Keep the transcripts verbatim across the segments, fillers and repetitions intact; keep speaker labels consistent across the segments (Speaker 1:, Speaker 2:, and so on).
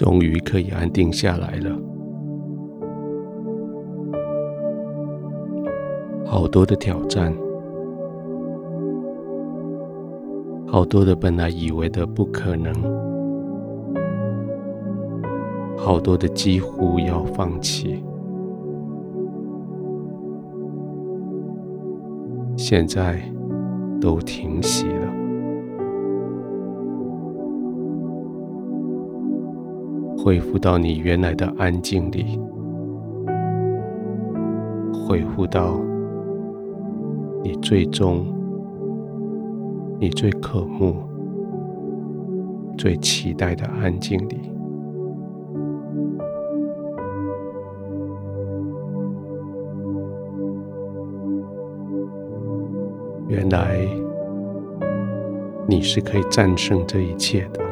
Speaker 1: 终于可以安定下来了。好多的挑战，好多的本来以为的不可能，好多的几乎要放弃，现在都停息了，恢复到你原来的安静里，恢复到你最终你最渴慕最期待的安静里。原来你是可以战胜这一切的，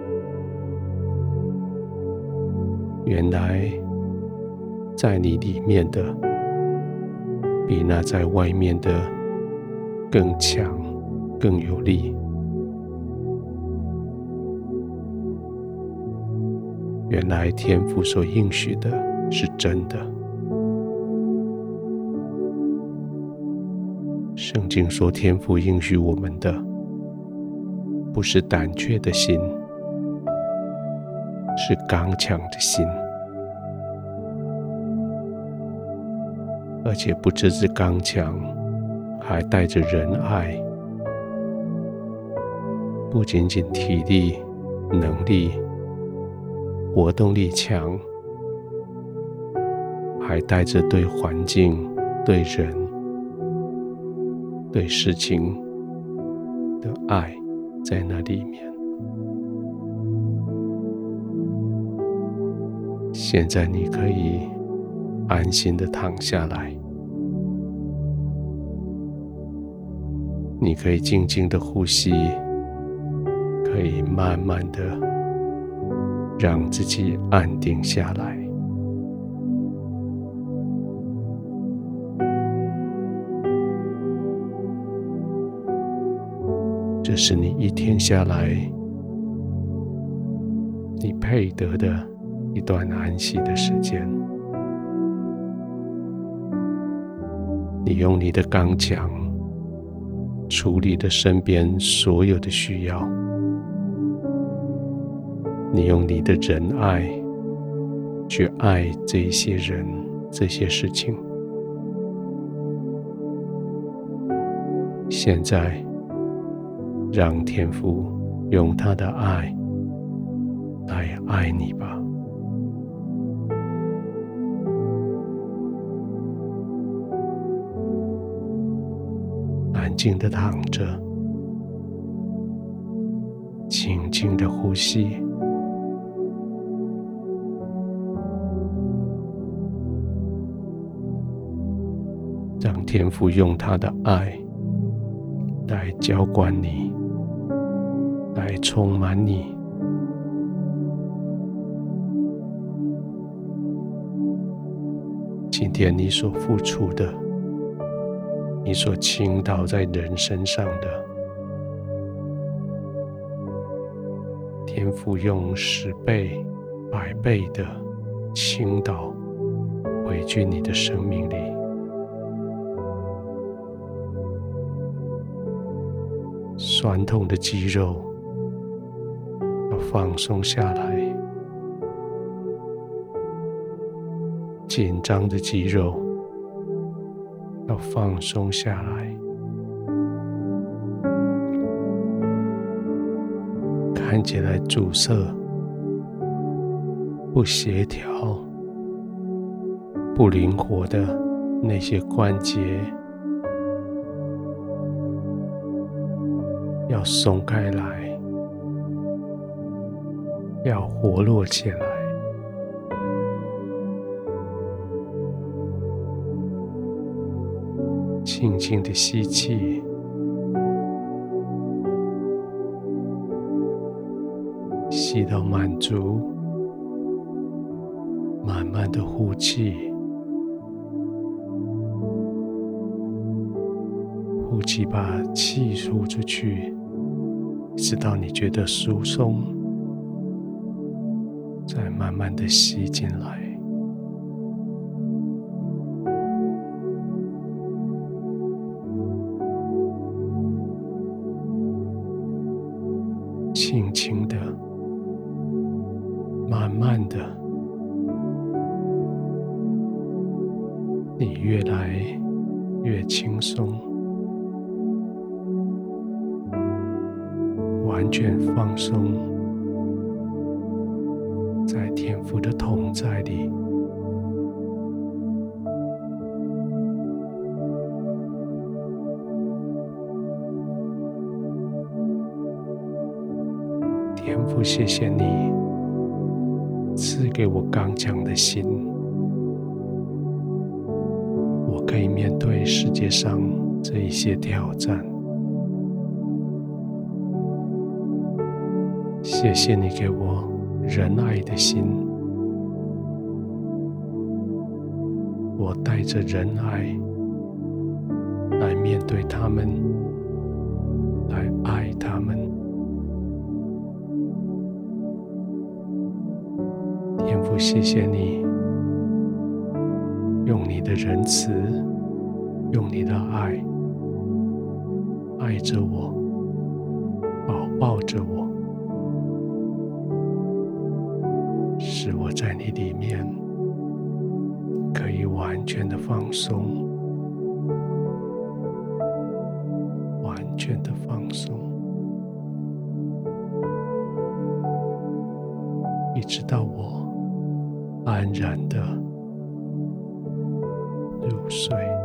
Speaker 1: 原来在你里面的比那在外面的更强更有力。原来天父所应许的是真的。圣经说，天父应许我们的不是胆怯的心，是刚强的心，而且不只是刚强，还带着仁爱，不仅仅体力、能力、活动力强，还带着对环境、对人、对事情的爱在那里面。现在你可以安心地躺下来，你可以静静地呼吸，可以慢慢地让自己安定下来。这是你一天下来你配得的一段安息的时间。你用你的刚强处理了身边所有的需要，你用你的仁爱去爱这一些人、这些事情。现在让天父用他的爱来爱你吧。安静地躺着，轻轻地呼吸，让天父用他的爱来浇灌你，来充满你。今天你所付出的，你所倾倒在人身上的，天父用十倍、百倍的倾倒回去你的生命里。酸痛的肌肉要放松下来，紧张的肌肉要放松下来，看起来阻塞、不协调、不灵活的那些关节要松开来，要活络起来。轻轻地吸气，吸到满足，慢慢地呼气，呼气把气吐出去，直到你觉得疏松， 再慢慢的吸进来，轻轻的，慢慢的，你越来越轻松，完全放松在天父的同在里。天父，谢谢你赐给我刚强的心，我可以面对世界上这一些挑战。谢谢你给我仁爱的心，我带着仁爱来面对他们，来爱他们。天父，谢谢你用你的仁慈，用你的爱爱着我，保抱着我，使我在你里面可以完全的放松，完全的放松，一直到我安然的入睡。